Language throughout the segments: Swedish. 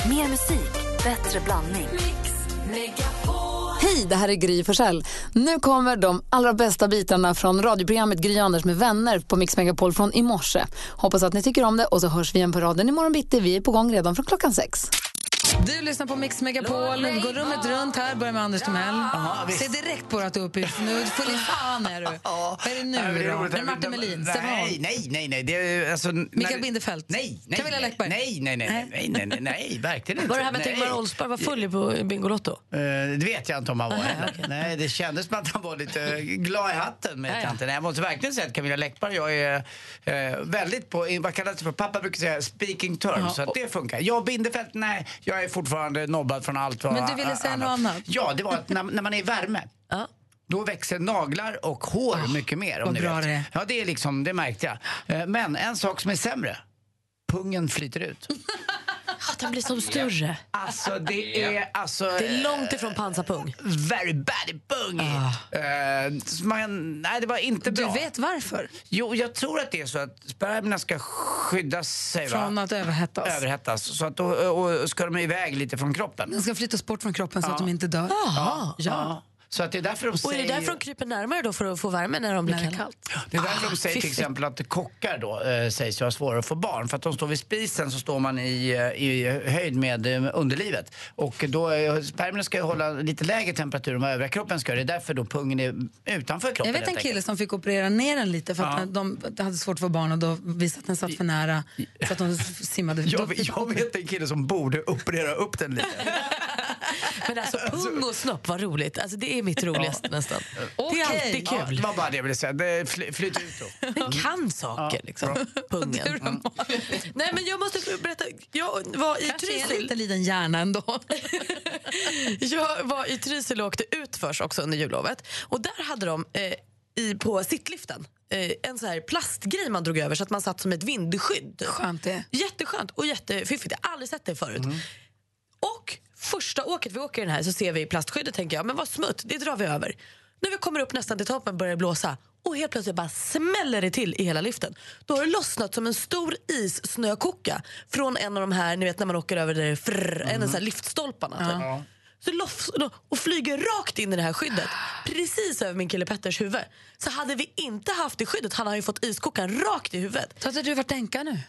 Mer musik, bättre blandning. Mix Megapol. Hej, det här är Gry Forssell. Nu kommer de allra bästa bitarna från radioprogrammet Gry Anders med vänner på Mix Megapol från i morse. Hoppas att ni tycker om det och så hörs vi igen på raden imorgon bitti. Vi är på gång redan från 6:00. Du lyssnar på Mix Megapol, går rummet runt här, börjar med Anders Timell. Se direkt på att du är uppe, nu full i fan är du. Vad är det nu då? Är det Martin Melin? Nej. Det är, alltså, Mikael Bindefeld? Nej. Camilla Läckberg? Nej, verkligen inte. Var det här med att Ingmar Oldsberg var full på Bingolotto? Det vet jag inte om han var heller. Okay. Nej, det kändes som att han var lite glad i hatten med tanten. Jag måste verkligen säga att Camilla Läckberg, jag är väldigt på, vad kallas det för? Pappa brukar säga speaking terms, så att det funkar. Jag Bindefeld, nej, jag är fortfarande nobbad från allt. Men du ville säga något annat? Ja, det var att när man är i värme, då växer naglar och hår mycket mer. Om ni bra vet. Det är. Ja, det är liksom, det märkte jag. Men en sak som är sämre, pungen flyter ut. Den blir som större. Alltså det är det är långt ifrån pansarpung. Very bad pung. Nej, det var inte bra. Du vet varför? Jo, jag tror att det är så att spermierna ska skydda sig från att överhettas. Så att då och ska de iväg lite från kroppen. Den ska flyttas bort från kroppen så att de inte dör. Ja. Så att det är därför de säger... Och är det därför de kryper närmare då för att få värme när de blir kallt? Det är därför de säger till exempel att kockar då sägs ju ha svårare att få barn. För att de står vid spisen så står man i höjd med underlivet. Och då spermierna ska ju hålla lite lägre temperatur än vad övriga kroppen ska. Det är därför då pungen är utanför kroppen. Jag vet en kille som fick operera ner den lite för att de hade svårt att få barn och då visade att den satt för nära så att de simmade. Jag vet en kille som borde operera upp den lite. Men alltså pung och snopp var roligt. Alltså det är mitt roligaste nästan. Det är alltid kul. Det var bara det jag ville säga. Det flyter ut då. Den kan saker liksom. Pungen. Nej, men jag måste berätta. Jag var i Trysil. Inte liten hjärna ändå. Jag var i Trysil och åkte ut först också under jullovet. Och där hade de på sittliften en så här plastgrej man drog över så att man satt som ett vindskydd. Skönt det. Jätteskönt och jättefiffigt. Jag har aldrig sett det förut. Och första åket vi åker den här så ser vi plastskyddet, tänker jag, men vad smutt, det drar vi över. När vi kommer upp nästan till toppen börjar det blåsa och helt plötsligt bara smäller det till i hela liften. Då har det lossnat som en stor issnökoka från en av de här, ni vet när man åker över där en av så här liftstolparna. Så och flyger rakt in i det här skyddet precis över min kille Petters huvud. Så hade vi inte haft det skyddet, han har ju fått iskokan rakt i huvudet. Så hade du varit änka nu?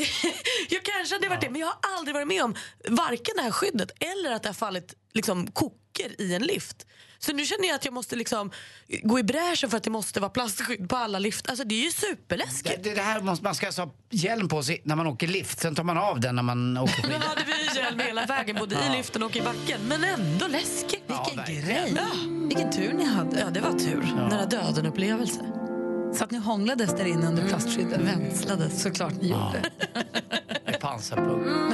Jag kanske hade varit det, men jag har aldrig varit med om varken det här skyddet eller att det har fallit liksom koker i en lift. Så nu känner jag att jag måste liksom gå i bräschen för att det måste vara plastskydd på alla lift. Alltså det är ju superläskigt. Det här måste man ska alltså ha hjälm på sig när man åker lift. Sen tar man av den när man åker skidor. Nu hade vi hjälm hela vägen, både i liften och i backen. Men ändå läskigt. Vilken grej. Vilken tur ni hade. Ja, det var tur. Nära döden-upplevelse. Så att ni hånglades där inne under plastskyddet. Vänslades. Såklart ni gjorde. Med pansarpung.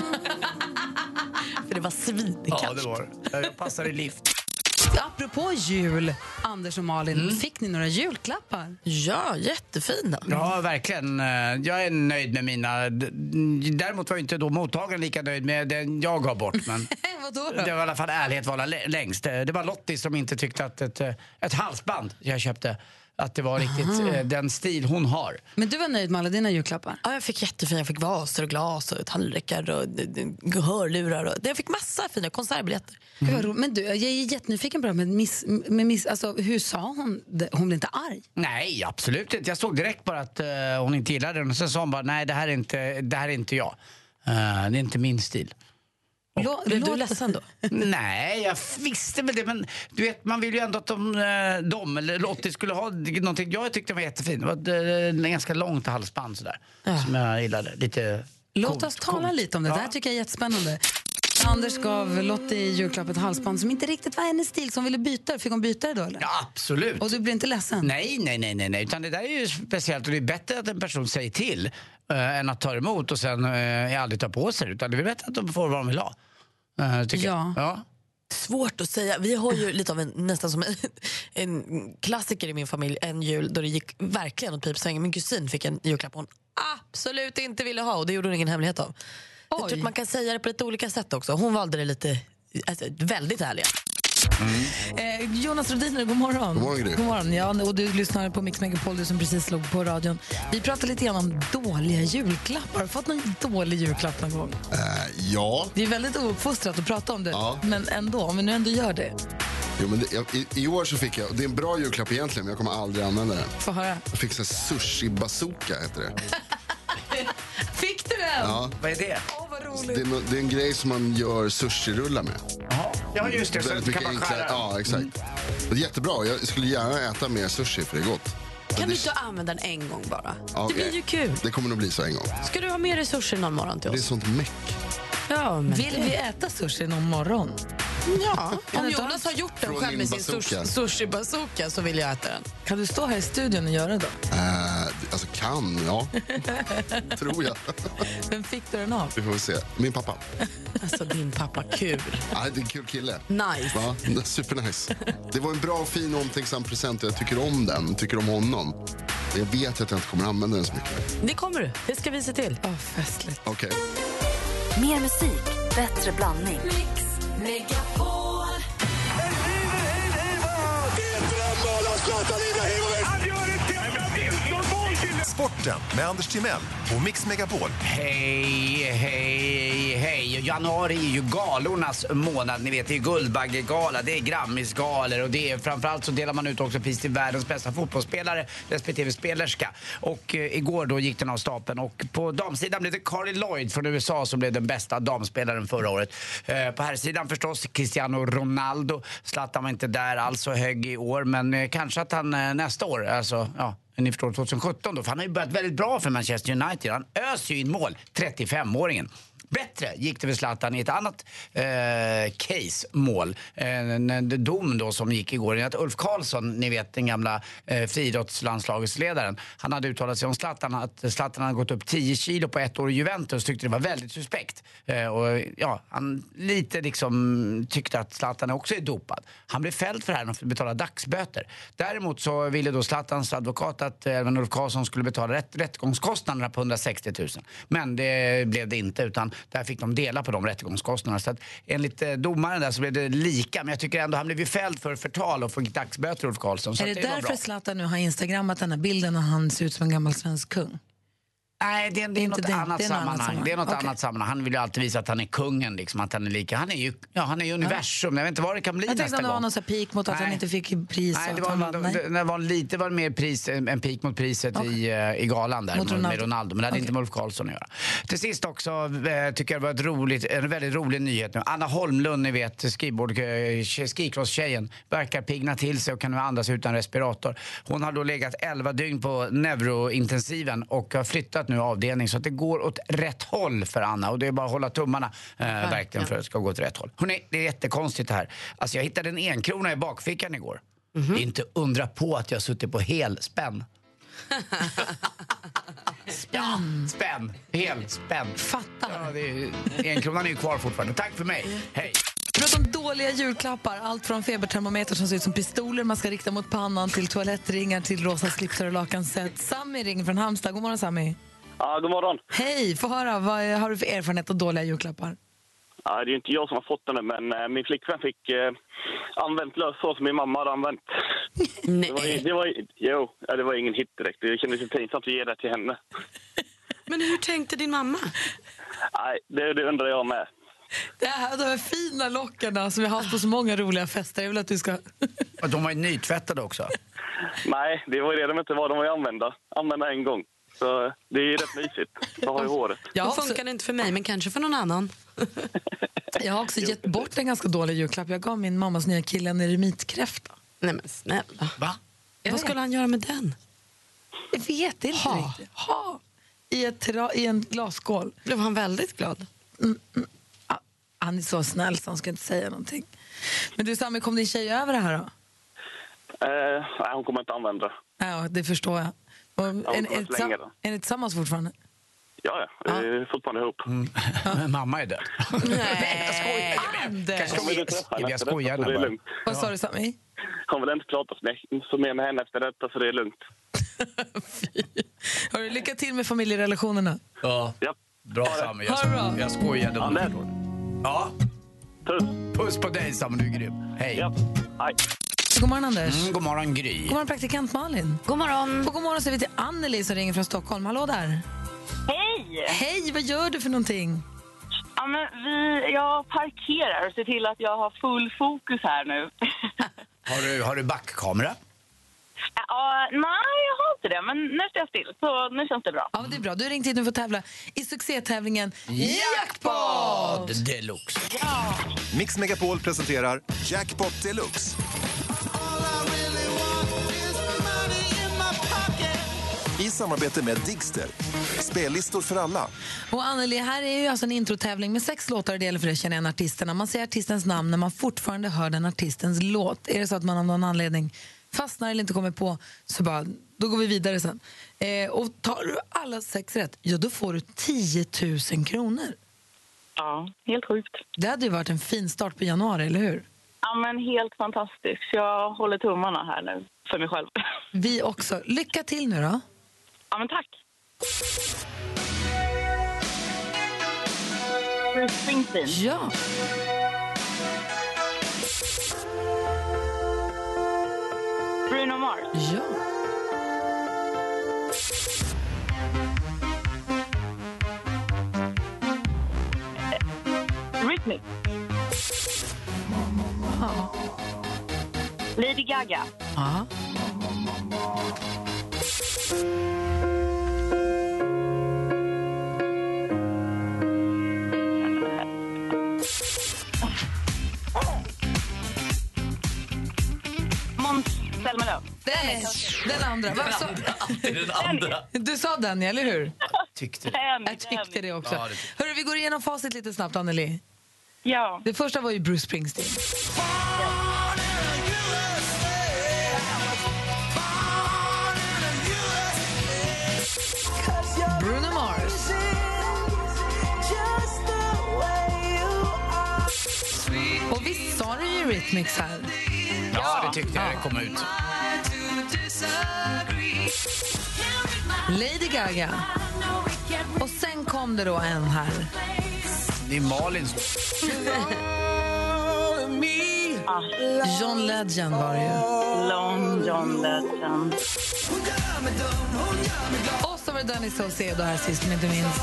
För det var svinkallt. Ja, det var det. Jag passar i lift. Apropå jul, Anders och Malin, fick ni några julklappar? Ja, jättefina. Ja, verkligen. Jag är nöjd med mina. Däremot var inte då mottagaren lika nöjd med den jag gav bort. Men Vadå då? det var i alla fall ärlighet var längst. Det var Lottie som inte tyckte att ett halsband jag köpte, att det var riktigt den stil hon har. Men du var nöjd med alla dina julklappar? Ja, jag fick jättefina. Jag fick vaser och glas och tallrikar och hörlurar. Och jag fick massa fina konsertbiljetter. Men du, jag är jättenyfiken på det med alltså, hur sa hon det? Hon blev inte arg? Nej, absolut inte. Jag såg direkt bara att hon inte gillade den. Och sen sa hon bara, nej det här är inte jag. Det är inte min stil. Blev du ledsen då? Nej, jag visste väl det. Men du vet, man vill ju ändå att de eller Lottie skulle ha någonting. Jag tyckte det var jättefint. Det var en ganska långt halsband sådär. Som jag gillade. Lite Låt oss tala lite om det. Det här tycker jag är jättespännande. Anders gav Lottie i julklapp ett halsband som inte riktigt var hennes stil, som ville byta. Fick hon byta det då eller? Ja, absolut. Och du blev inte ledsen? Nej. Utan det där är ju speciellt. Och det är bättre att en person säger till än att ta emot och sen aldrig ta på sig. Utan det är bättre att de får vad de vill ha. Tycker jag. Ja. Svårt att säga. Vi har ju lite av nästan som en klassiker i min familj, en jul då det gick verkligen åt pipsvängen. Min kusin fick en julklapp hon absolut inte ville ha, och det gjorde hon ingen hemlighet av. Jag tror att man kan säga det på lite olika sätt också. Hon valde det lite väldigt ärliga. Jonas Rodiner, god morgon. God morgon, Gry. God morgon. Ja, och du lyssnar på Mix Megapol, du som precis slog på radion. Vi pratar lite grann om dåliga julklappar. Har du fått någon dålig julklapp någon gång? Ja. Det är väldigt ouppfostrat att prata om det, men ändå, om vi nu ändå gör det. Jo, men i år så fick jag, det är en bra julklapp egentligen, men jag kommer aldrig använda den. Få höra. Jag fick så sushi-bazooka, heter det. Fick du den? Ja. Vad är det? Vad roligt. Det är en grej som man gör sushi-rullar med. Ja, just det. Så Väldigt kan man mycket enklare. skära. Ja, exakt. Det är jättebra. Jag skulle gärna äta mer sushi, för det är gott. Kan du inte använda den en gång bara? Ja, Det blir ju kul. Det kommer nog bli så en gång. Ska du ha mer resurser någon morgon till Det är oss? sånt meck. Ja, men Vill vi äta sushi någon morgon? Ja, om Jonas har gjort den Från själv min med sin bazooka. sushi-bazooka så vill jag äta den. Kan du stå här i studion och göra det då? Alltså ja. Tror jag. Vem fick du den av? Vi får väl se. Min pappa. Alltså din pappa, kul. Ja, det är en kul kille. Nice. Va? Supernice. Det var en bra, fin, omtänksam present och jag tycker om den. Tycker om honom. Jag vet att jag inte kommer använda den så mycket. Det kommer du. Det ska vi se till. Festligt. Okej. Mer musik, bättre blandning. Mix Megapol. Sporten med Anders Timell och Mix Megapol. Hej. Januari är ju galornas månad. Ni vet, det är Guldbaggegala, det är Grammisgalor och det är framförallt så delar man ut också pris till världens bästa fotbollsspelare respektive spelerska. Och igår då gick den av stapeln och på damsidan blev det Carly Lloyd från USA som blev den bästa damspelaren förra året. På här sidan förstås Cristiano Ronaldo. Zlatan var inte där alls så hög i år, men kanske att han nästa år, alltså ja, ni förstår 2017 då, för han har ju börjat väldigt bra för Manchester United. Han öser ju in mål, 35-åringen. Bättre gick det för Zlatan i ett annat case-mål. En dom då som gick igår. Att Ulf Karlsson, ni vet den gamla friidrottslandslagsledaren, han hade uttalat sig om Zlatan att Zlatan hade gått upp 10 kilo på ett år i Juventus, tyckte det var väldigt suspekt. Och ja, han lite liksom tyckte att Zlatan också är dopad. Han blev fälld för det här och betala dagsböter. Däremot så ville då Zlatans advokat att även Ulf Karlsson skulle betala rättegångskostnaderna på 160 000. Men det blev det inte, utan där fick de dela på de rättegångskostnaderna. Så att enligt domaren där så blev det lika. Men jag tycker ändå han blev ju fälld för förtal och fick dagsböter, Ulf Karlsson. Så Är det var därför bra. Zlatan nu har Instagrammat den här bilden när han ser ut som en gammal svensk kung? Nej, det är något det. annat Det är en annan sammanhang. Det är något Okej. annat sammanhang. Han vill ju alltid visa att han är kungen, liksom, att han är lika. Han är ju universum. Jag vet inte vad det kan bli Jag tänkte nästa om det var gång. någon så här peak mot att han inte fick pris. Nej, och det att han var, vann. Nej. det var lite var mer pris, en peak mot priset i galan där Mot med Ronaldo. Men det hade inte med Ulf Karlsson att göra. Till sist också tycker jag det var en väldigt rolig nyhet nu. Anna Holmlund, ni vet, skikross-tjejen, verkar pigna till sig och kan nu andas utan respirator. Hon har då legat 11 dygn på neurointensiven och har flyttat nu avdelning, så att det går åt rätt håll för Anna. Och det är bara att hålla tummarna verkligen för att det ska gå åt rätt håll. Hörrni, det är jättekonstigt det här. Alltså jag hittade en 1 krona i bakfickan igår. Inte undra på att jag suttit på helspänn. Spänn. Helspänn. Fattar. Ja, det är, 1 kronan är ju kvar fortfarande. Tack för mig. Hej. Prata om dåliga julklappar. Allt från febertermometer som ser ut som pistoler man ska rikta mot pannan till toalettringar till rosa slipsar och lakanset. Sami ringer från Halmstad. God morgon, Sami. Ja, god morgon. Hej, få höra. Vad har du för erfarenhet av dåliga julklappar? Ja, det är ju inte jag som har fått den, men min flickvän fick använt lösår som min mamma hade använt. Det var ingen hit direkt. Det kändes ju pinsamt att ge det till henne. Men hur tänkte din mamma? Nej, det undrar jag med. Det här, de här fina lockarna som vi har haft på så många roliga fester. Jag vill att du ska... Och de var ju nytvättade också. Nej, det var det de inte var. De var ju använda en gång. Så det är rätt mysigt. Jag har ju håret. Jag Det har också, funkar inte för mig, men kanske för någon annan. jag har också gett bort en ganska dålig julklapp. Jag gav min mammas nya kille en eremitkräfta. Nej men snälla. Va? Vad skulle han göra med den? Jag vet inte riktigt. I en glasskål. Blev han väldigt glad? Han är så snäll så han ska inte säga någonting. Men du, Sami, kom din tjej över det här då? Nej, hon kommer inte använda det. Ja, det förstår jag. Och är ni tillsammans fortfarande? Ja, vi är fortfarande ihop. Men mamma är död. Nej, jag skojar. Jag skojar. Så det är lugnt. Vad sa du, Sami? Hon vill inte prata så mer med henne efter detta, så det är lugnt. Har du lycka till med familjerelationerna? Ja. Ja. Bra, Sami. Ha det bra. Jag skojade. Ja, Ja. Puss på dig, Sam, du är grym. Hej. Ja, hej. God morgon, Anders. God morgon, Gry. God morgon, praktikant Malin. God morgon. Och god morgon så är vi till Anneli som ringer från Stockholm. Hallå där. Hej! Hej, vad gör du för någonting? Ja, men jag parkerar och ser till att jag har full fokus här nu. Har du backkamera? Ja, nej, jag har inte det, men nu står jag still, så nu känns det bra. Ja, men det är bra. Du har ringt hit nu för att tävla i succétävlingen Jackpot Deluxe. Ja. Mix Megapol presenterar Jackpot Deluxe. I samarbete med Digster. Spellistor för alla. Och Anneli, här är ju alltså en introtävling med 6 låtar. Det gäller för att känna igen artisterna. Man säger artistens namn när man fortfarande hör den artistens låt. Är det så att man av någon anledning fastnar eller inte kommer på, så då går vi vidare sen. Och tar du alla 6 rätt, ja, då får du 10 000 kronor. Ja, helt sjukt. Det hade ju varit en fin start på januari, eller hur? Ja, men helt fantastiskt. Jag håller tummarna här nu för mig själv. Vi också. Lycka till nu då. Ja, men tack. Bruce Springsteen. Ja. Bruno Mars. Ja. Rhythmic. Ja. Lady Gaga. Ja. Måns Zelmerlöw. Den andra. Den andra. Du sa den, eller hur? Tyckte Jag tyckte det också. Ja, det Hörru, vi går igenom facit lite snabbt, Anneli. Ja. Det första var ju Bruce Springsteen. Bruno Mars. Och visst sa du ju Rhythmics här? Ja, det tyckte jag. Det kom ut. Lady Gaga. Och sen kom det då en här. Det är Malins. John Legend var det ju. Long John Legend. Och så var det Danny Saucedo här sist, men inte minst.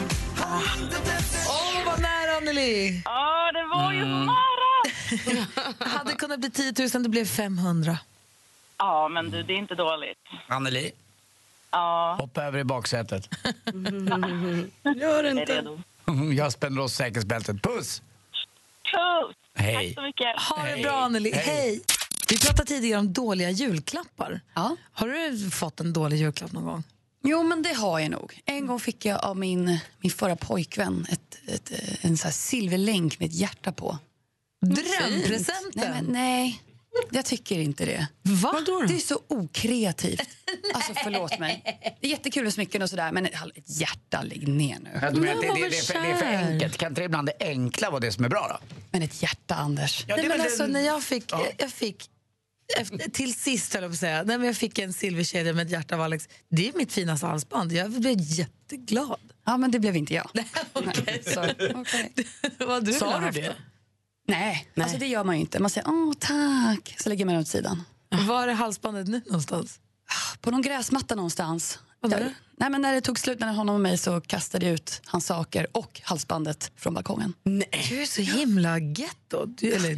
Åh, vad nära, Anneli! Ja, det var ju nära! Hade kunnat bli 10 000, det blev 500. Ja, men du, det är inte dåligt. Anneli, Ja. hoppa över i baksätet. Gör det Jag är inte. redo. Jag spänner åt säkerhetsbältet. Puss! Puss! Hej. Tack så mycket. Ha det bra, Anneli. Hej. Vi pratade tidigare om dåliga julklappar. Ja. Har du fått en dålig julklapp någon gång? Jo, men det har jag nog. En gång fick jag av min förra pojkvän en så här silverlänk med ett hjärta på. Drömpresenten? Nej, jag tycker inte det. Vadå då? Det är så okreativt. Alltså, förlåt mig. Det är jättekul med smycken och sådär, men ett hjärta, lägg ner nu. Jag menar, det är för enkelt. Kan inte det ibland det enkla vara det som är bra då? Men ett hjärta, Anders. Ja, Nej, det är men väl alltså, det- när jag fick till sist, höll jag på att säga, när jag fick en silverkedja med ett hjärta av Alex. Det är mitt finaste halsband. Jag blev jätteglad. Ja, men det blev inte jag. Okej. Okej. Vad du Sa ville du haft det? då? Nej, alltså det gör man ju inte. Man säger åh tack, så lägger man det åt sidan. Var är halsbandet nu någonstans? På någon gräsmatta någonstans. Vad var det? Nej, men när det tog slut med honom och mig så kastade jag ut hans saker och halsbandet från balkongen. Du är så himla getto.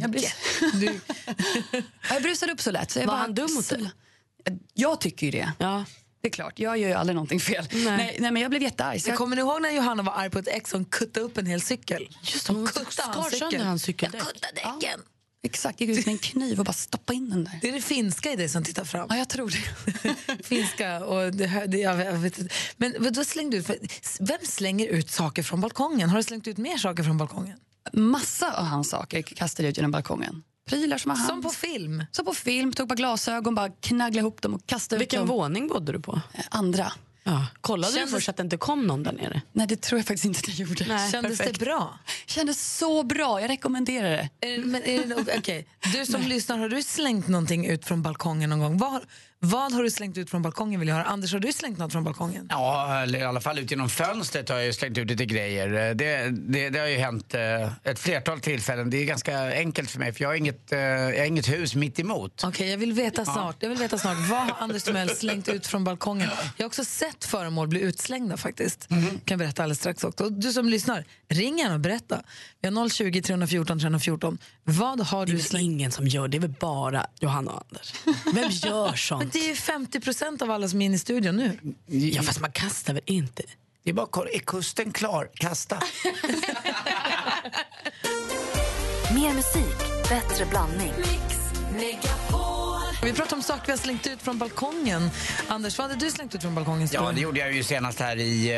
Jag brusade upp så lätt. Så jag Var bara- han dum mot dig? Jag tycker ju det. Ja. Det är klart, jag gör ju aldrig någonting fel. Nej, men jag blev jättearg. Så Jag jag, kommer ni ihåg när Johanna var arg på ett ex som kuttade upp en hel cykel? Just hon skar sönder hans cykeldäck. Jag kuttade däcken. exakt, gick ut med en kniv och bara stoppa in den där. Det är det finska i det som tittar fram. Ja, jag tror det. Finska och jag vet inte. Men vad slängde du ut? Vem slänger ut saker från balkongen? Har du slängt ut mer saker från balkongen? Massa av hans saker kastade jag ut genom balkongen. Prylar som har Som på film? Som på film, tog bara glasögon, bara knagglade ihop dem och kastade ut Vilken dem. våning bodde du på? Andra. Ja. Kollade Kändes- du först att det inte kom någon där nere? Nej, det tror jag faktiskt inte att jag gjorde. Nej. Kändes perfekt. det bra? Kändes så bra, jag rekommenderar det. Okej. Du som lyssnar, har du slängt någonting ut från balkongen någon gång? Vad har du slängt ut från balkongen vill jag höra? Anders, har du slängt något från balkongen? Ja, eller i alla fall ut genom fönstret har jag ju slängt ut lite grejer. Det har ju hänt ett flertal tillfällen. Det är ganska enkelt för mig för jag har inget hus mitt emot. Okej, jag vill veta snart. Vad har Anders Timell slängt ut från balkongen? Jag har också sett föremål bli utslängda faktiskt. Kan berätta alldeles strax också. Och du som lyssnar, ring gärna och berätta. Vi har 020-314 314. Vad har du slängt? Det är ingen som gör det, är väl bara Johanna och Anders. Vem gör sånt? Men det är ju 50% av alla som är inne i studion nu. Ja, fast man kastar väl inte? Det är bara är kusten klar? Kasta. Mer musik, bättre blandning. Vi pratar om saker vi har slängt ut från balkongen. Anders, vad hade du slängt ut från balkongen? Ja, det gjorde jag ju senast här i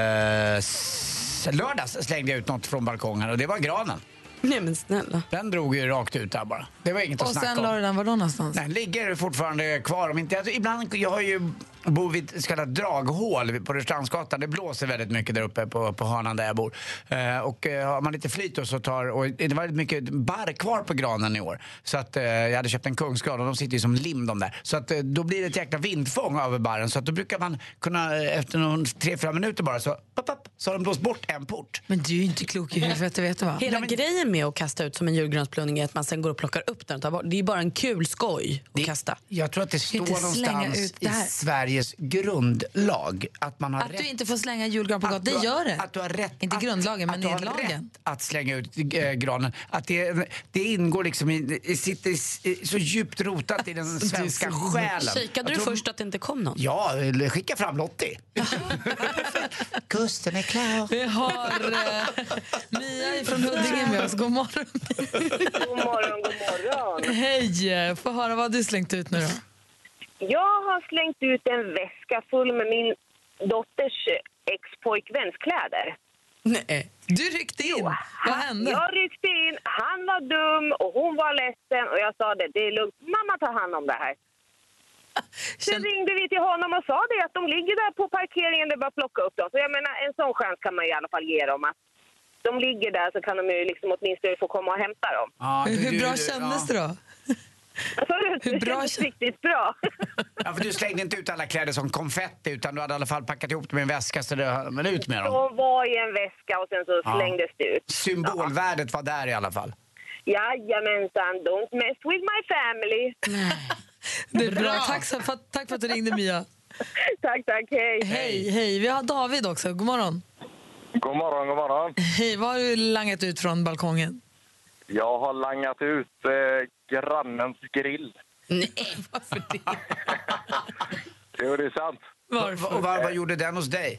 lördags slängde jag ut något från balkongen och det var granen. Nej men snälla. Den drog ju rakt ut där bara. Det var inget att snacka om. Och sen la du den var då någonstans? Den ligger fortfarande kvar. Om inte, alltså, ibland, jag har ju bor vid så kallat draghål på Rörstrandsgatan. Det blåser väldigt mycket där uppe på hörnan där jag bor. Och har man lite flyt och så och det var väldigt mycket barr kvar på granen i år. Så att jag hade köpt en kungsgran och de sitter ju som lim de där. Så att då blir det ett jäkla vindfång över barren. Så att då brukar man kunna efter 3-4 minuter bara så har de blåst bort en port. Men du är ju inte klok i huvudet, vet du vad? Hela grejen med att kasta ut som en julgransplundring är att man sen går och plockar upp den och tar bort. Det är bara en kul skoj att kasta. Jag tror att det står någonstans i Sveriges grundlag att man har rätt. Att du inte får slänga julgran på gatan, det gör det. Att du har rätt. Inte grundlagen, men i lagen. Att slänga ut granen. Att det ingår liksom sitter så djupt rotat i den svenska själen. Kikade du först att det inte kom någon? Ja, skicka fram Lottie. Kusten är klar. Vi har Mia från Huddinge med oss. God morgon. God morgon. Hej, få höra vad du slängt ut nu då. Jag har slängt ut en väska full med min dotters ex-pojkväns kläder. Nej. Du ryckte in? Jo, vad hände? Jag ryckte in, han var dum och hon var ledsen och jag sa det är lugnt, mamma tar hand om det här. Sen ringde vi till honom och sa det att de ligger där på parkeringen, det är bara att plocka upp dem. Så jag menar, en sån chans kan man i alla fall ge dem att de ligger där så kan de ju liksom åtminstone få komma och hämta dem. Hur bra kändes det då? Hur bra riktigt bra. Ja, för du slängde inte ut alla kläder som konfetti utan du hade i alla fall packat ihop dem i en väska så det men ut med dem. De var i en väska och sen så slängdes det ut. Symbolvärdet var där i alla fall. Jajamensan, don't mess with my family. Det är bra. Tack för att du ringde, Mia. Tack, hej. Hej. Vi har David också. God morgon. God morgon. Hej, vad har du langat ut från balkongen? Jag har langat ut grannens grill. Nej, varför det? Jo, det är sant. Varför? Och vad gjorde den hos dig?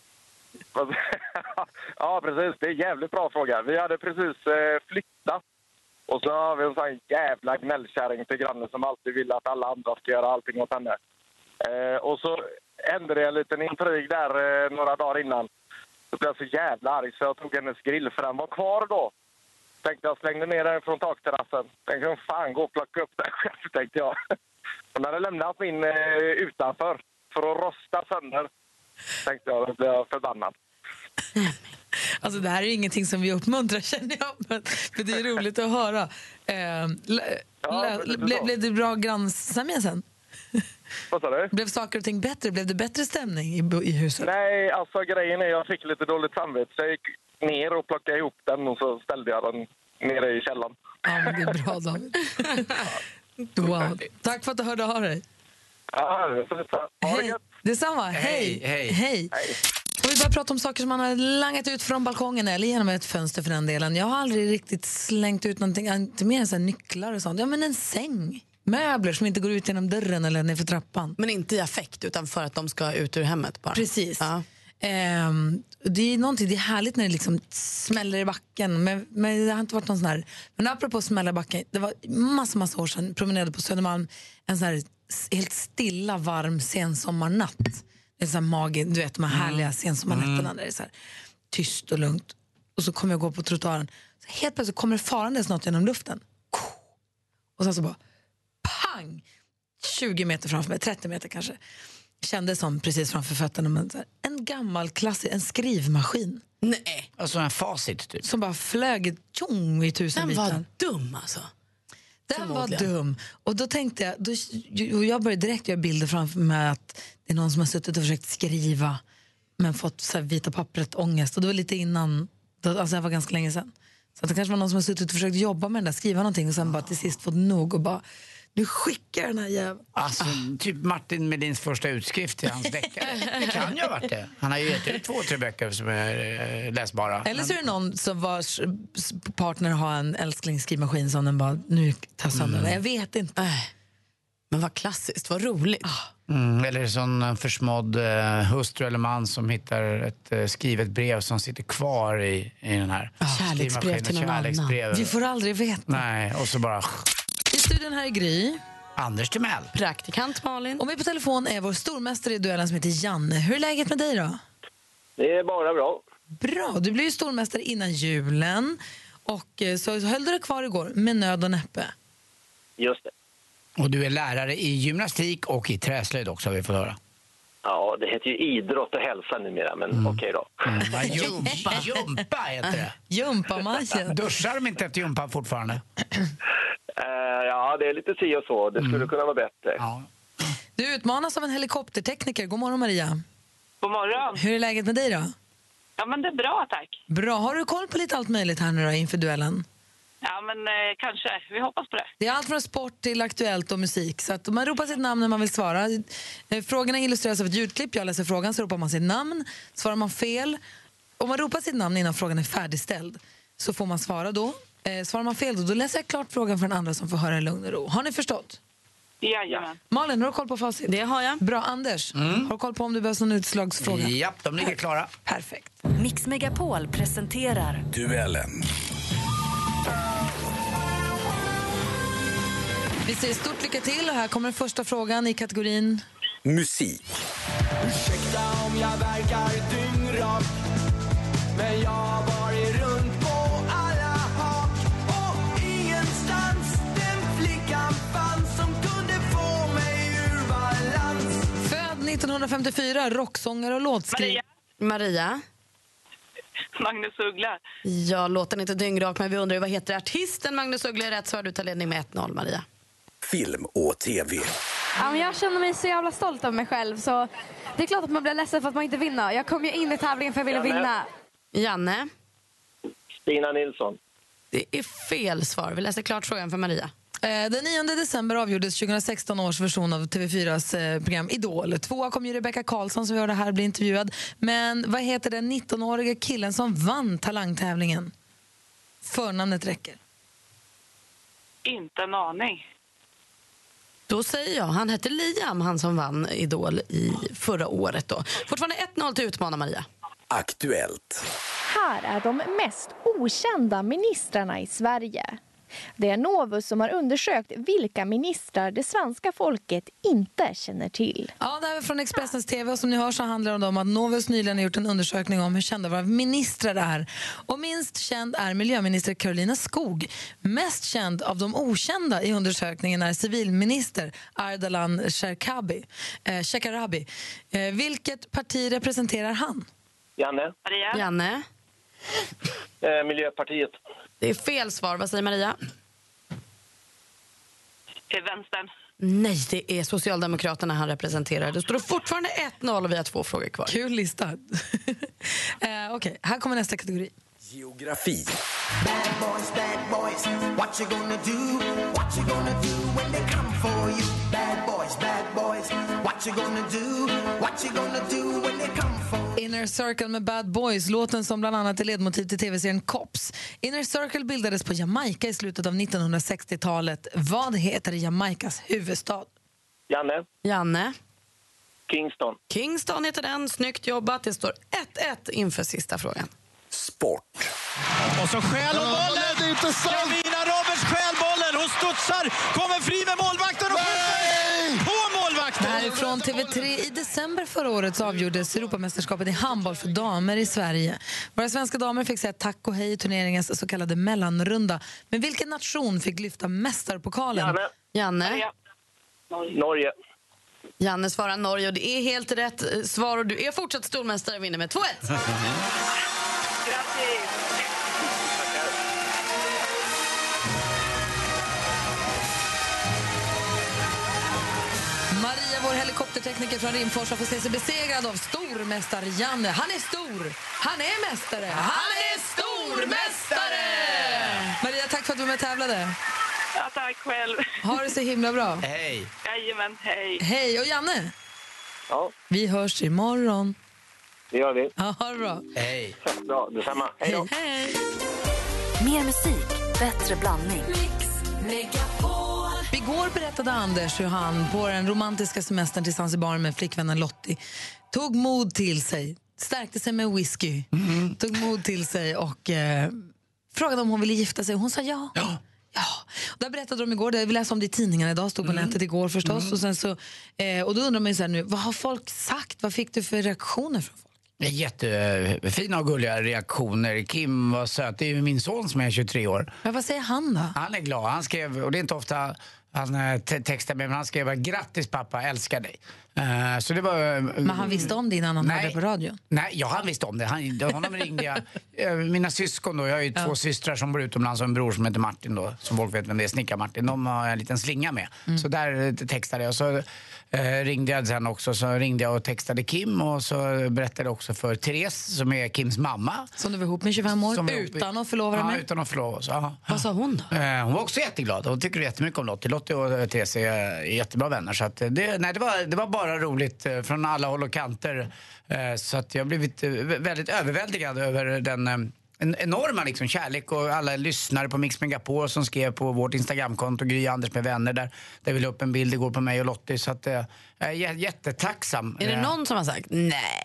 Ja, precis. Det är en jävligt bra fråga. Vi hade precis flyttat. Och så har vi en sån jävla gnällkärring till grannen som alltid vill att alla andra ska göra allting åt henne. Och så hände det en liten intrig där några dagar innan. Så blev jag så jävla arg så jag tog hennes grill för den var kvar då. Tänkte jag slängde ner den från takterrassen. Tänkte fan gå och plocka upp den själv, tänkte jag. Hon hade lämnat min utanför för att rosta sönder. Tänkte jag, då blev jag förbannad. Alltså det här är ju ingenting som vi uppmuntrar, känner jag. Men det är roligt att höra. Blev det bra grannsämja sen? Vad sa du? Blev saker och ting bättre? Blev det bättre stämning i huset? Nej, alltså grejen är jag fick lite dåligt samvete. Så jag gick ner och plockade ihop den och så ställde jag den nere i källaren. Ja, men det är bra, David. Wow. Tack för att du hörde av dig. Ja, hej. Detsamma. Hej. Och vi börjar prata om saker som man har langat ut från balkongen eller genom ett fönster för den delen. Jag har aldrig riktigt slängt ut någonting, inte mer än så här nycklar och sånt. Ja, men en säng. Möbler som inte går ut genom dörren eller ner för trappan. Men inte i affekt utan för att de ska ut ur hemmet bara. Precis. Ja. Det är någonting, det är härligt när det liksom smäller i backen. Men det har inte varit någon sån här. Men apropå smälla i backen, det var massa år sedan promenerade på Södermalm en sån här helt stilla, varm sensommarnatt. Det är så här magen, du vet de här härliga sensommarnätterna där det är så här tyst och lugnt. Och så kommer jag gå på trottoaren. Så helt plötsligt kommer det farandes något genom luften. Och sen så bara pang! 20 meter framför mig, 30 meter kanske. Kändes som precis framför fötterna. Men så här, en gammal klassisk, en skrivmaskin. Nej. Alltså en facit typ. Som bara flög tjong i 1000 bitar. Den var dum alltså. Den var dum. Och då tänkte jag, jag började direkt göra bilder framför mig att det är någon som har suttit och försökt skriva men fått så här vita pappret ångest. Och det var lite innan, alltså det var ganska länge sedan. Så att det kanske var någon som har suttit och försökt jobba med den där, skriva någonting och sen bara till sist fått nog och bara, nu skickar den här jäveln. Alltså, typ Martin Melins första utskrift till hans deckare. Det kan ju ha varit det. Han har ju gett ut 2-3 böcker som är läsbara. Eller så är det någon som vars partner har en älsklingsskrivmaskin som den bara, nu tar sönder den. Jag vet inte. Men vad klassiskt, vad roligt. Eller sån försmådd hustru eller man som hittar ett skrivet brev som sitter kvar i den här kärleksbrev till någon annan. Vi får aldrig veta. Nej, och så bara... I studion här är Gry. Anders Timell. Praktikant Malin. Och med på telefon är vår stormästare i duellen som heter Janne. Hur är läget med dig då? Det är bara bra. Bra, du blev ju stormästare innan julen. Och så höll du dig kvar igår med nöd och näppe. Just det. Och du är lärare i gymnastik och i träslöjd också, har vi fått höra. Ja, det heter ju idrott och hälsa numera, men okej då. Jumpa heter det. Jumpamatchen. Duschar de inte efter jumpan fortfarande? Ja, det är lite si och så. Det skulle kunna vara bättre. Ja. Du utmanas av en helikoptertekniker. God morgon, Maria. God morgon. Hur är läget med dig då? Ja, men det är bra, tack. Bra. Har du koll på lite allt möjligt här nu då inför duellen? Ja, men kanske. Vi hoppas på det. Det är allt från sport till aktuellt och musik. Så att man ropar sitt namn när man vill svara. Frågorna illustreras av ett ljudklipp. Jag läser frågan, så ropar man sitt namn. Svarar man fel, om man ropar sitt namn innan frågan är färdigställd, så får man svara då. Svarar man fel då läser jag klart frågan för den andra som får höra i lugn och ro. Har ni förstått? Ja. Malin, har du koll på facit? Det har jag. Bra, Anders. Har du koll på om det behövs någon utslagsfråga? Japp, de ligger klara. Perfekt. Mix Megapol presenterar Duellen. Vi säger stort lycka till och här kommer den första frågan i kategorin Musik. Ursäkta om jag verkar dyngrak, men jag har varit runt på alla hak och ingenstans den flickan fanns som kunde få mig ur balans. Född 1954, rocksångare och låtskrivare. Maria. Magnus Uggla. Ja, låten inte dyngrak, men vi undrar vad heter artisten. Magnus Uggla är rätt svar. Du tar ledning med 1-0, Maria. Film och tv. Ja, men jag känner mig så jävla stolt av mig själv, så det är klart att man blir ledsen för att man inte vinner. Jag kom ju in i tävlingen för att jag ville vinna. Janne. Stina Nilsson. Det är fel svar. Vi läser klart frågan för Maria. Den 9 december avgjordes 2016 års version av TV4s program Idol. 2 kom ju Rebecca Karlsson som vi hörde här bli intervjuad. Men vad heter den 19-åriga killen som vann talangtävlingen? Förnamnet räcker. Inte en aning. Då säger jag, han heter Liam, han som vann Idol i förra året då. Fortfarande 1-0 till utmana Maria. Aktuellt. Här är de mest okända ministrarna i Sverige. Det är Novus som har undersökt vilka ministrar det svenska folket inte känner till. Ja, det här är från Expressens TV och som ni hör så handlar det om att Novus nyligen har gjort en undersökning om hur kända våra ministrar är. Och minst känd är miljöminister Karolina Skog. Mest känd av de okända i undersökningen är civilminister Ardalan Shekarabi. Vilket parti representerar han? Janne. Maria. Janne. Miljöpartiet. Det är fel svar. Vad säger Maria? Vänstern. Nej, det är Socialdemokraterna han representerar. Det står fortfarande 1-0 och vi har 2 frågor kvar. Kul lista. Okej, här kommer nästa kategori. Geografi. Bad boys, what you gonna do? What you gonna do when they come for you? Bad boys, what you gonna do? What you gonna do when they come for you? Inner Circle med Bad Boys, låten som bland annat är ledmotiv till tv-serien Cops. Inner Circle bildades på Jamaica i slutet av 1960-talet. Vad heter Jamaicas huvudstad? Janne. Kingston. Kingston heter den. Snyggt jobbat. Det står 1-1 inför sista frågan. Sport. Och så stjäl hon bollen! Jamina Roberts stjäl bollen! Hon studsar, kommer fri med målvakten och skjuter på målvakten! Det här är från TV3. I december förra året så avgjordes Europamästerskapet i handboll för damer i Sverige. Våra svenska damer fick säga tack och hej i turneringens så kallade mellanrunda. Men vilken nation fick lyfta mästarpokalen? Janne. Norge. Janne svarar Norge och det är helt rätt svar och du är fortsatt stormästare och vinner med 2-1. motortekniker från Rimfors har fått se sig besegrad av stormästare Janne. Han är stor, han är mästare, han är stormästare! Maria, tack för att du var med och tävlade. Ja, tack själv. Ha det så himla bra. Hej. Jajamän, hej. Hej, och Janne? Ja. Vi hörs imorgon. Det gör vi. Ja, ha det bra. Hej. Bra, detsamma. Hej då. Hej. Mer musik, bättre blandning. Igår berättade Anders hur han på den romantiska semestern till Zanzibar med flickvännen Lottie tog mod till sig, stärkte sig med whisky, tog mod till sig och frågade om hon ville gifta sig. Hon sa ja. Ja, och där berättade de igår, vi läste om det i tidningarna idag, stod på nätet igår förstås. Och, sen så, och då undrar man ju så här nu, vad har folk sagt? Vad fick du för reaktioner från folk? Jättefina och gulliga reaktioner. Kim var söt, det är ju min son som är 23 år. Men vad säger han då? Han är glad, han skrev, och det är inte ofta han textar mig, men han skrev grattis pappa, älskar dig. Så det var, men han visste om det innan han hörde på radion? Nej, ja, han visste om det. Honom ringde jag. Mina syskon då, jag har ju två systrar som bor utomlands och en bror som heter Martin då, som folk vet vem det är, Snickar Martin. De har en liten slinga med. Så där textade jag. Så ringde jag sen också, så ringde jag och textade Kim och så berättade jag också för Therese som är Kims mamma. Som du var ihop med 25 år, utan att förlova dig med? Ja, utan att förlova oss. Vad sa hon då? Hon var också jätteglad. Hon tycker jättemycket om Lottie. Lottie och Therese är jättebra vänner. Så att det var bara roligt från alla håll och kanter. Så att jag har blivit väldigt överväldigad över den en enorma liksom kärlek och alla lyssnare på Mix Megapol som skrev på vårt Instagramkonto Gry Anders med vänner där vi la upp en bild igår på mig och Lottie, så att jag är jättetacksam. Är det någon som har sagt nej?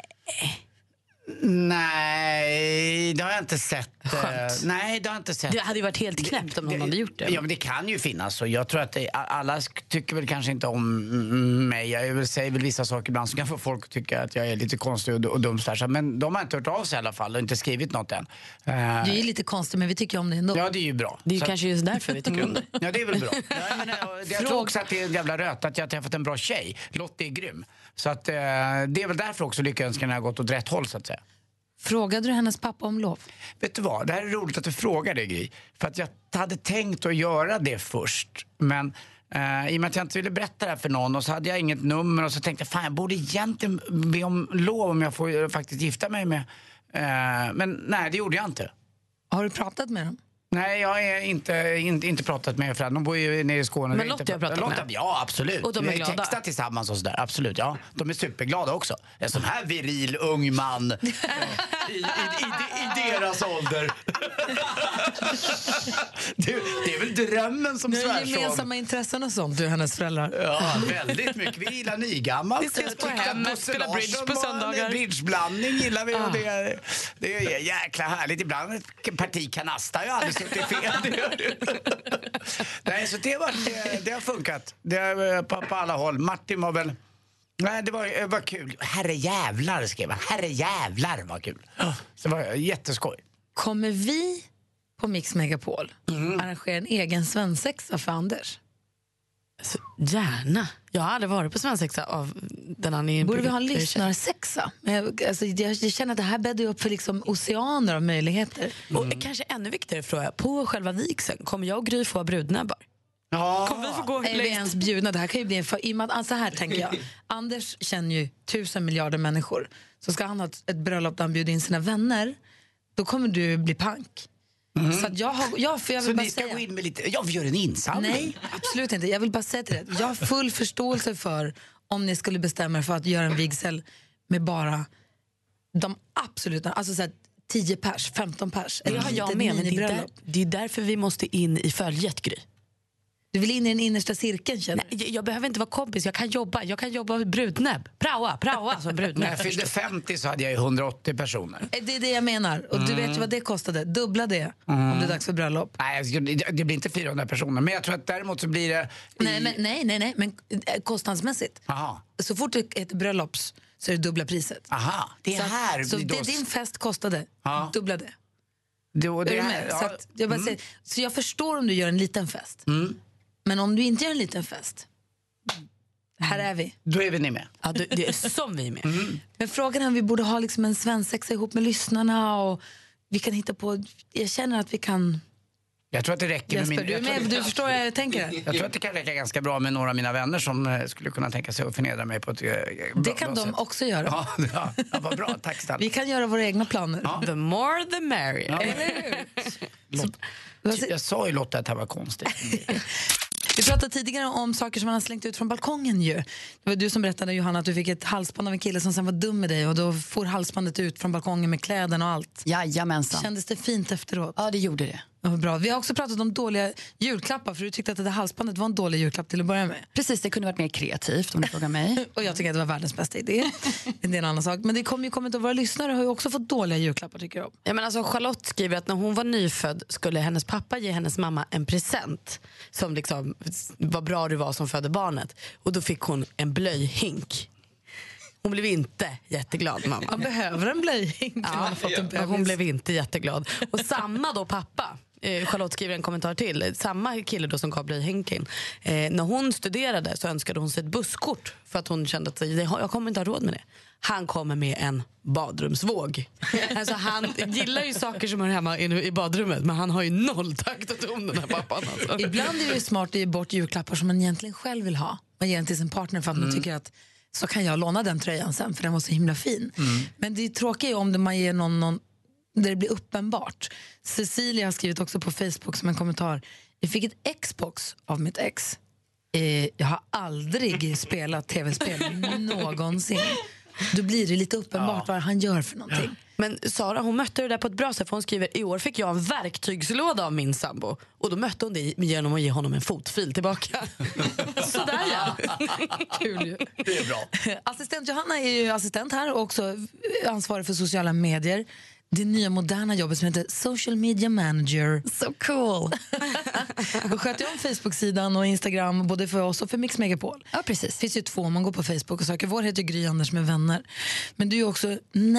Nej, det har jag inte sett. Nej, det har jag inte sett. Det hade ju varit helt knäppt om någon hade gjort det. Ja, men det kan ju finnas. Och jag tror att alla tycker väl kanske inte om mig. Jag säger väl vissa saker ibland som kan få folk att tycka att jag är lite konstig och dum. Men de har inte hört av sig i alla fall och inte skrivit något än. Du är lite konstig, men vi tycker om det ändå. Ja, det är ju bra. Det är ju kanske just därför vi tycker om det. Ja, det är väl bra. Jag tror också att det är en jävla röt att jag har träffat en bra tjej. Lottie är grym. Så att, det är väl därför också lyckönskarna har gått åt rätt håll, så att säga. Frågade du hennes pappa om lov? Vet du vad, det här är roligt att du frågar det, Gry. För att jag hade tänkt att göra det först. Men i och med att jag inte ville berätta det här för någon och så hade jag inget nummer och så tänkte jag, fan jag borde egentligen be om lov om jag får faktiskt gifta mig med. Men nej, det gjorde jag inte. Har du pratat med dem? Nej, jag har inte pratat med Fred. De bor ju nere i Skåne. Men Lottie har pratat med dem? Ja, absolut. Och de är vi glada? textar tillsammans och sådär. Absolut, ja. De är superglada också. En sån här viril ung man i deras ålder. Det är väl drömmen som svärson. svärson. Ni har gemensamma intressen och sånt, du och hennes föräldrar. Ja, väldigt mycket. Vi gillar nygammalt. Vi ses på hemmet, spela bridge på söndagar. Bridgeblandning gillar vi. Och det är jäkla härligt. Ibland ett parti kanasta. Jag har aldrig suttit fel. Nej, så det har funkat. Det har, på alla håll. Martin var väl... Nej, det var kul. Herrejävlar skrev han. Herrejävlar var kul. Så det var jätteskoj. Kommer vi på Mix Megapol arrangera en egen svensexa för Anders? Alltså, gärna. Jag har aldrig varit på svensexa av den anledningen. Borde vi ha en lyssnarsexa? Alltså, jag känner att det här bäddar upp för liksom oceaner av möjligheter. Och kanske ännu viktigare fråga, på själva vigseln kommer jag och Gry få brudnäbbar? Ja. Kommer vi få gå är vi ens bjudna? Det här kan ju bli så här tänker jag. Anders känner ju 1000 miljarder människor. Så ska han ha ett bröllop där han bjuder in sina vänner, då kommer du bli pank. Så att jag vill bara ni ska säga, gå in med lite... Jag gör en insamling. Nej, absolut inte. Jag vill bara säga till dig, jag har full förståelse för om ni skulle bestämma er för att göra en vigsel med bara de absoluta, alltså så här 10 pers, 15 pers. Det har jag med, men det är därför vi måste in i följet, Gry. Du vill in i den innersta cirkeln, känner du? Nej, jag behöver inte vara kompis, jag kan jobba brudnäbb. Praoa som brudnäbb. När jag fyllde 50 så hade jag ju 180 personer. Det är det jag menar. Och du vet ju vad det kostade. Dubbla det om det är dags för bröllop. Nej, det blir inte 400 personer. Men jag tror att däremot så blir det... Nej. Men kostnadsmässigt. Aha. Så fort det är ett bröllops så är det dubbla priset. Aha, det är så här... Så det din fest kostade, dubbla det. Är du med? Ja. Så, att jag bara säger, så jag förstår om du gör en liten fest. Men om du inte gör en liten fest, här är vi. Då är vi ni med. Ja, det är som vi är med. Men frågan är om vi borde ha liksom en svensexa ihop med lyssnarna och vi kan hitta på, jag känner att vi kan Jag tror att det räcker Jesper, du förstår vad jag tänker. Jag tror att det kan räcka ganska bra med några av mina vänner som skulle kunna tänka sig att förnedra mig på ett det kan de sätt. Också göra. Ja, vad bra. Tack snälla. Vi kan göra våra egna planer. Ja. The more the merrier. Ja. Eller hur? Jag sa ju Lotta att det här var konstigt. Vi pratade tidigare om saker som man har slängt ut från balkongen ju. Det var du som berättade, Johanna, att du fick ett halsband av en kille som sen var dum med dig och då får halsbandet ut från balkongen med kläderna och allt. Jajamensan. Kändes det fint efteråt? Ja, det gjorde det. Ja, bra. Vi har också pratat om dåliga julklappar, för du tyckte att det där halsbandet var en dålig julklapp till att börja med. Precis, det kunde varit mer kreativt om du frågar mig. Och jag tycker att det var världens bästa idé. Det är en annan sak. Men det kommer ju kommit att våra lyssnare har ju också fått dåliga julklappar, tycker jag. Ja, men alltså, Charlotte skriver att när hon var nyfödd skulle hennes pappa ge hennes mamma en present som liksom, vad bra du var som födde barnet. Och då fick hon en blöjhink. Hon blev inte jätteglad, mamma. Man behöver en blöjhink. Ja, hon blev inte jätteglad. Och samma då pappa. Charlotte skriver en kommentar till. Samma kille då som gav blöjhinken. När hon studerade så önskade hon sig ett busskort. För att hon kände att jag kommer inte ha råd med det. Han kommer med en badrumsvåg. Alltså han gillar ju saker som är hemma i badrummet. Men han har ju noll takt och ton, den här pappan. Alltså. Ibland är det smart att ge bort julklappar som man egentligen själv vill ha. Man ger den till sin partner för att man tycker att så kan jag låna den tröjan sen för den var så himla fin. Men det är tråkigt om man ger någon där det blir uppenbart. Cecilia har skrivit också på Facebook som en kommentar. Jag fick ett Xbox av mitt ex. Jag har aldrig spelat tv-spel någonsin. Då blir det lite uppenbart vad han gör för någonting. Ja. Men Sara, hon mötte det där på ett bra sätt, för hon skriver: i år fick jag en verktygslåda av min sambo. Och då mötte hon det genom att ge honom en fotfil tillbaka. Sådär ja. Kul ju. Det är bra. Assistent Johanna är ju assistent här och också ansvarig för sociala medier. Det nya moderna jobbet som heter Social Media Manager. So cool. Du sköter om Facebook-sidan och Instagram både för oss och för Mix Megapol. Ja, precis. Det finns ju 2 om man går på Facebook och söker. Vår heter Gry Anders med vänner. Men du är också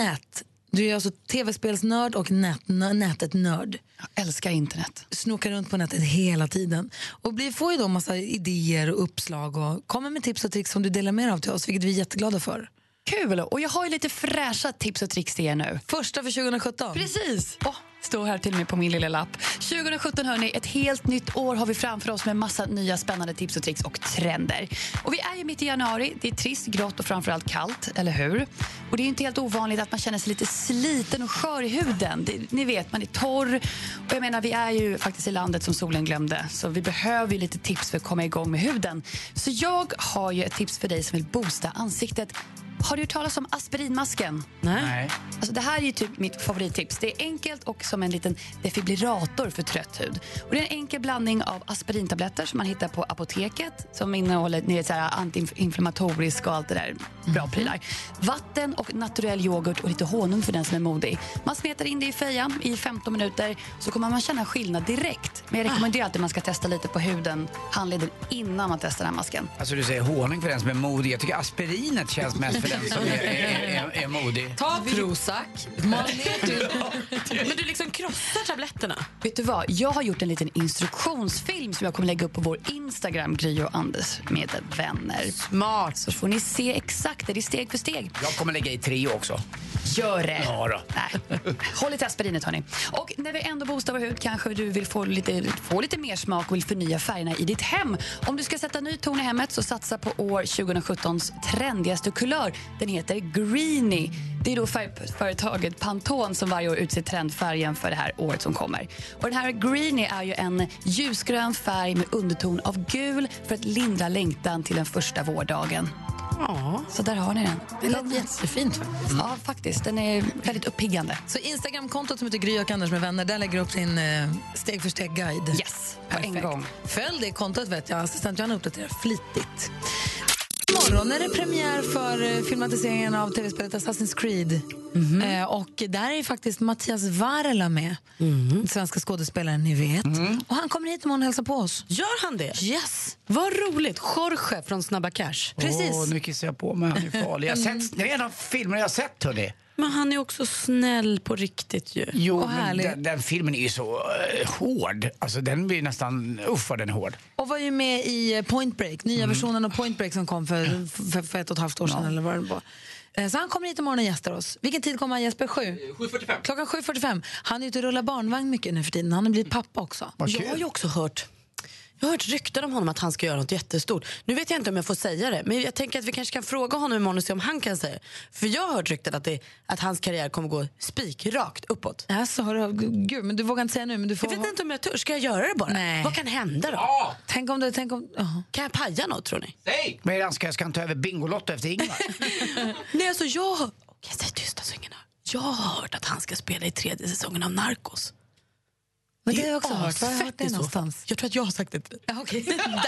Du är alltså tv-spelsnörd och nätet-nörd. Jag älskar internet. Snokar runt på nätet hela tiden. Och får ju då massa idéer och uppslag och kommer med tips och tricks som du delar med av till oss, vilket vi är jätteglada för. Kul! Och jag har ju lite fräscha tips och tricks till er nu. Första för 2017. Precis! Står här till mig på min lilla lapp. 2017, hörni, ett helt nytt år har vi framför oss med massa nya spännande tips och tricks och trender. Och vi är ju mitt i januari. Det är trist, grått och framförallt kallt, eller hur? Och det är inte helt ovanligt att man känner sig lite sliten och skör i huden. Ni vet, man är torr. Och jag menar, vi är ju faktiskt i landet som solen glömde. Så vi behöver ju lite tips för att komma igång med huden. Så jag har ju ett tips för dig som vill boosta ansiktet. Har du hört talas om aspirinmasken? Nej. Alltså det här är ju typ mitt favorittips. Det är enkelt och som en liten defibrillator för trött hud. Och det är en enkel blandning av aspirintabletter som man hittar på apoteket. Som innehåller antiinflammatorisk och allt det där bra prylar. Vatten och naturell yoghurt och lite honung för den som är modig. Man smetar in det i fejan i 15 minuter så kommer man känna skillnad direkt. Men jag rekommenderar att man ska testa lite på huden, handleden, innan man testar den här masken. Alltså du säger honung för den som är modig. Jag tycker aspirinet känns mest för den som är modig. Ta Prozac. Men du liksom krossar tabletterna. Vet du vad? Jag har gjort en liten instruktionsfilm som jag kommer lägga upp på vår Instagram, Gry och Anders med vänner. Smart. Så får ni se exakt det är steg för steg. Jag kommer lägga i 3 också. Gör det. Ja då. Nej. Håll i aspirinet, hörni. Och när vi ändå boostar vår hud kanske du vill få lite mer smak och vill förnya färgerna i ditt hem. Om du ska sätta ny ton i hemmet så satsa på år 2017s trendigaste kulör. Den heter Greenie. Det är då färgföretaget Pantone som varje år utser trendfärgen för det här året som kommer. Och den här Greenie är ju en ljusgrön färg med underton av gul för att lindra längtan till den första vårdagen. Ja. Så där har ni den. Det låter jättefint faktiskt. Ja, faktiskt. Den är väldigt uppiggande. Så Instagram-kontot som heter Gry och Anders med vänner, där lägger upp sin steg för steg-guide. Yes, på en gång. Följ det kontot, vet jag. Assistent Johanna uppdaterar flitigt. Imorgon är det premiär för filmatiseringen av tv-spelet Assassin's Creed. Och där är faktiskt Mattias Varela med. Den svenska skådespelaren, ni vet. Och han kommer hit imorgon och hälsar på oss. Gör han det? Yes. Vad roligt. Jorge från Snabba Cash. Precis. Nu kissar jag på mig, han är farlig. Det är en av filmerna jag har sett, hörni. Men han är också snäll på riktigt ju. Jo, men den filmen är ju så hård. Alltså den blir nästan, vad den är hård. Och var ju med i Point Break, nya versionen av Point Break som kom för 1,5 år sedan eller vad det var. Så han kommer hit imorgon och gästar oss. Vilken tid kommer han, Jesper? 7:45. Klockan 7:45. Han är ute och rullar barnvagn mycket nu för tiden. Han har blivit pappa också. Jag har ju också hört rykten om honom att han ska göra något jättestort. Nu vet jag inte om jag får säga det, men jag tänker att vi kanske kan fråga honom imorgon och se om han kan säga det. För jag har hört rykten att hans karriär kommer gå spikrakt uppåt. Gud, men du vågar inte säga nu. Men du får... Jag vet inte om jag törs. Ska jag göra det bara? Nej. Vad kan hända då? Ja. Tänk om... Kan jag paja något, tror ni? Nej! Men jag ska inte ta över Bingolotto efter Ingvar. Nej, alltså jag säg tyst så ingen hör. Jag har hört att han ska spela i 3:e säsongen av Narcos. Men det har jag också hört. Var har jag hört det någonstans? Jag tror att jag har sagt det. Ja, okej.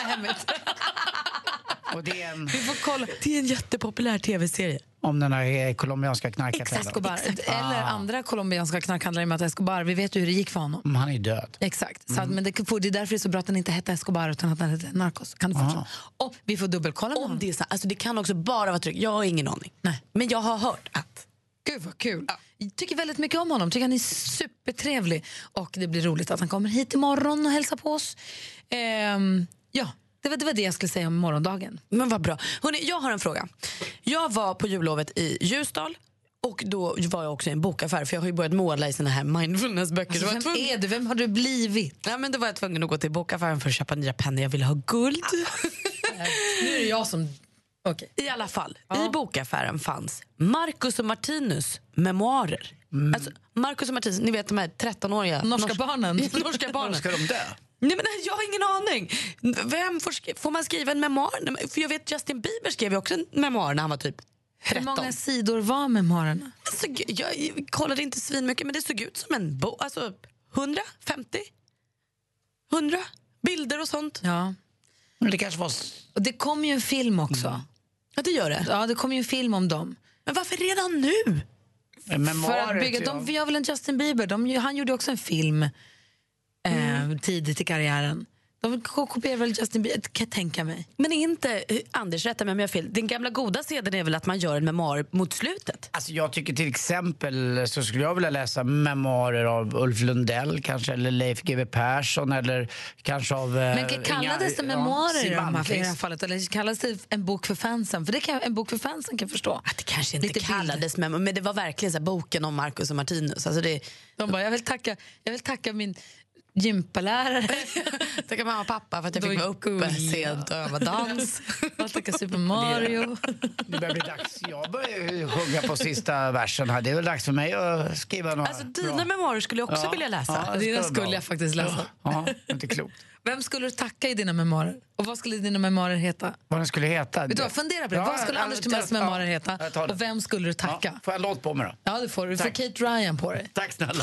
Och det är Vi får kolla. Det är en jättepopulär tv-serie. om den här colombianska knarkhandlaren. Escobar. Eller andra colombianska knarkhandlare med att Escobar. Vi vet ju hur det gick för honom. Han är död. Exakt. Så att, men det är därför det är så bra att den inte hette Escobar utan att den hette Narcos. Kan du förstå? Och vi får dubbelkolla med honom. Det är så, alltså det kan också bara vara tryggt. Jag har ingen aning. Nej. Men jag har hört att... Gud vad kul. Ja. Jag tycker väldigt mycket om honom. Tycker han är supertrevlig. Och det blir roligt att han kommer hit imorgon och hälsar på oss. Ja, det var det jag skulle säga om morgondagen. Men vad bra. Hörrni, jag har en fråga. Jag var på jullovet i Ljusdal. Och då var jag också i en bokaffär. För jag har ju börjat måla i såna här mindfulnessböcker. Alltså, vem är du? Vem har du blivit? Ja, men då var jag tvungen att gå till bokaffären för att köpa nya pennor. Jag ville ha guld. Nu är det jag som... Okay. I alla fall, i bokaffären fanns Marcus och Martinus memoarer. Alltså, Marcus och Martinus, ni vet de här 13-åriga norska barnen. Norska barnen. Ska de dö? Nej, men jag har ingen aning. Vem får man skriva en memoar? För jag vet Justin Bieber skrev ju också en memoar när han var typ 13. Hur många sidor var memoarerna? Alltså, jag kollade inte svin mycket, men det såg ut som en bok. Alltså 150? 100 bilder och sånt. Ja. Men det kanske var... Och det kom ju en film också. Ja, det gör det. Ja, det kom ju en film om dem. Men varför redan nu? För att bygga, de gör väl en Justin Bieber. Han gjorde också en film tidigt i karriären. De kopierar väl Justin Bieber, kan jag tänka mig. Men inte, Anders, rätta mig om jag har fel. Den gamla goda seden är väl att man gör en memoar mot slutet? Alltså jag tycker till exempel så skulle jag vilja läsa memoarer av Ulf Lundell kanske, eller Leif GW Persson, eller kanske av... Men kallades det memoarer i det här fallet? Eller kallades det en bok för fansen? För det kan en bok för fansen kan förstå. Att det kanske inte kallades memoarer, men det var verkligen så här, boken om Marcus och Martinus. Alltså det... De bara, jag vill tacka min gympalärare. Tackar mamma och pappa för att jag fick vara uppe sent och öva dans. Jag tackar Super Mario. Det börjar bli dags. Jag börjar sjunga på sista versen här. Det är väl dags för mig att skriva några... Alltså dina memoarer skulle jag också vilja läsa. Ja, dina skulle jag faktiskt läsa. Ja, inte klokt. Vem skulle du tacka i dina memoarer? Och vad skulle dina memoarer heta? Vad den skulle heta? Vet du vad, fundera på det. Vad skulle Anders Timells memoarer heta? Och vem skulle du tacka? Ja, får jag en låt på mig då? Ja, det får du. Du får Kate Ryan på dig. Tack snälla.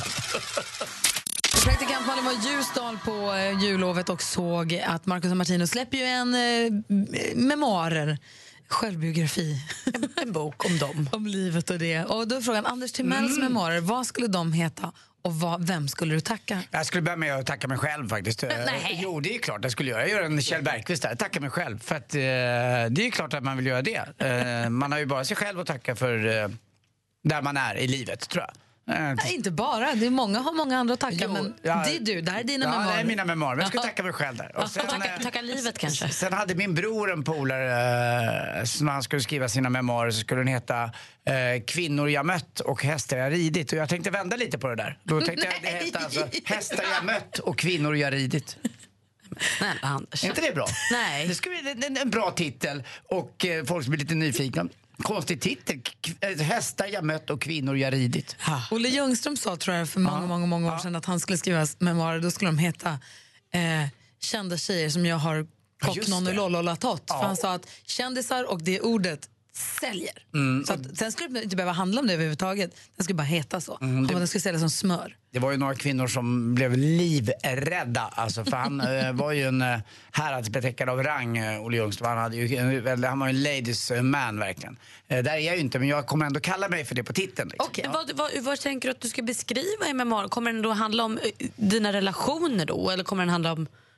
Praktikant Malin var i Ljusdal på jullovet och såg att Marcus och Martinus släpper ju en memoarer, självbiografi. En bok om dem. Om livet och det. Och då frågan Anders Timells memoarer, vad skulle de heta och vem skulle du tacka? Jag skulle börja med att tacka mig själv faktiskt. Jo, det är klart jag skulle göra. Jag gör en Kjell Bergqvist där. Tacka mig själv. För att det är klart att man vill göra det. Man har ju bara sig själv att tacka för där man är i livet, tror jag. Nej, inte bara. Det är många andra att tacka. Men det är du, det här är dina memoarer. Ja, det är mina memoarer. Men jag skulle tacka mig själv där. Och sen, tacka livet kanske. Sen hade min bror en polare som han skulle skriva sina memoarer, så skulle den heta Kvinnor jag mött och hästar jag ridit. Och jag tänkte vända lite på det där. Då tänkte jag det heta alltså Hästar jag mött och kvinnor jag ridit. Snälla Anders. Är inte det bra? Nej. Det skulle bli en bra titel och folk blir lite nyfikna. Konstig titel. Hästar jag mött och kvinnor jag ridit. Olle Ljungström sa, tror jag, för många år sedan att han skulle skriva memoarer. Då skulle de heta Kända tjejer som jag har kock någon och lololatott. För han sa att kändisar och det ordet säljer. Så att, sen skulle det inte behöva handla om det överhuvudtaget. Den skulle bara heta så. Den skulle sälja som smör. Det var ju några kvinnor som blev livrädda. Alltså, för han var ju en häradsbetäckare av rang, Olle Ljungström. Han var ju en ladies man verkligen. Där är jag ju inte, men jag kommer ändå kalla mig för det på titeln. Liksom. Okay. Vad tänker du att du ska beskriva i memoar? Kommer den då handla om dina relationer då? Eller kommer den handla om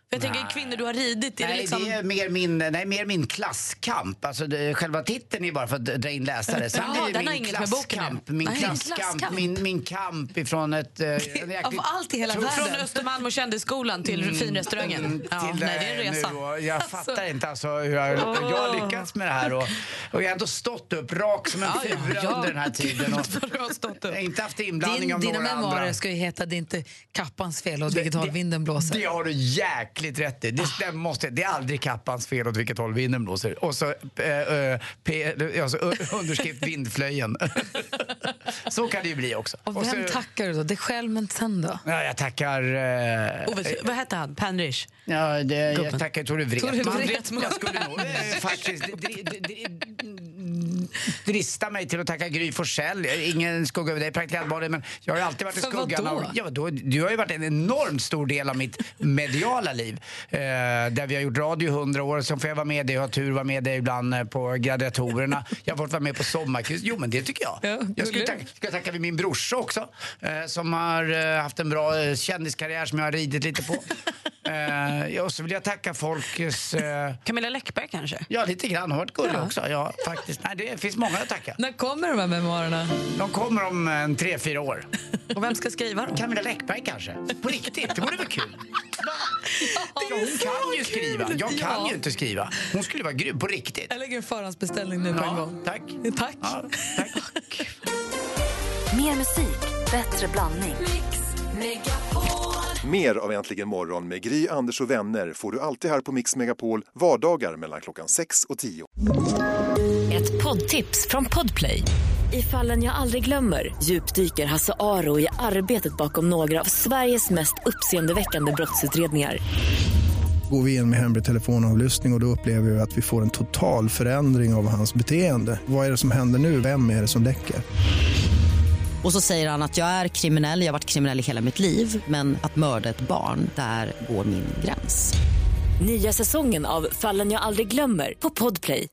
För jag tänker kvinnor du har ridit. Är Nej, det liksom... det är mer min klasskamp. Alltså själva titeln är bara för att dra in läsare. Sen Ja, är den det har min inget med boken klasskamp, nu. min Nej, klasskamp, min kamp ifrån ett... Av allt i hela världen. Från Östermalm och kändisskolan till finrestaurangen. Ja, till nej, det är en resa. Jag fattar inte alltså hur jag har lyckats med det här. Och jag har ändå stått upp rak som en fura under den här tiden. Och jag har inte haft inblandning av Dina några memoarer andra. ska ju heta Det är inte kappans fel åt vilket håll vinden blåser. Det har du jäkligt rätt i. Det är aldrig kappans fel åt vilket håll vinden blåser. Och så underskrift vindflöjen. Så kan det ju bli också. Och vem tackar du då? Det själv, men sen då? Ja, jag tackar... Vad hette han? Panrish? Ja, jag tackar Tore Wretman. Jag skulle nog faktiskt drista mig till att tacka Gry Forssell. Ingen skugga över dig, praktikant Malin, men jag har alltid varit i skuggan av... Ja, du har ju varit en enormt stor del av mitt mediala liv. Där vi har gjort radio 100 år, så får jag vara med dig. Jag har tur vara med dig ibland på gladiatorerna. Jag har fått vara med på sommarkryss. Jo, men det tycker jag. Jag ska tacka min brorsa också, som har haft en bra kändiskarriär som jag har ridit lite på. Och så vill jag tacka folkets... Camilla Läckberg kanske? Ja, lite grann. Har varit gullig också. Ja, faktiskt. Nej, det finns många att tacka. När kommer de här memoarerna? De kommer om 3-4 år. Och vem ska skriva dem? Camilla Läckberg kanske. På riktigt, det vore väl kul. Hon kan ju skriva. Jag kan ju inte skriva. Hon skulle vara grym på riktigt. Jag lägger en förhandsbeställning nu på en gång. Tack. Tack. Ja, tack. Mer musik, bättre blandning. Mer av Äntligen morgon med Gry, Anders och vänner får du alltid här på Mix Megapol vardagar mellan klockan 6 och 10. Ett poddtips från Podplay. I Fallen jag aldrig glömmer djupdyker Hasse Aro i arbetet bakom några av Sveriges mest uppseendeväckande brottsutredningar. Går vi in med hemlig telefonavlyssning och då upplever vi att vi får en total förändring av hans beteende. Vad är det som händer nu? Vem är det som läcker? Och så säger han att jag är kriminell, jag har varit kriminell i hela mitt liv. Men att mörda ett barn, där går min gräns. Nya säsongen av Fallen jag aldrig glömmer på Podplay.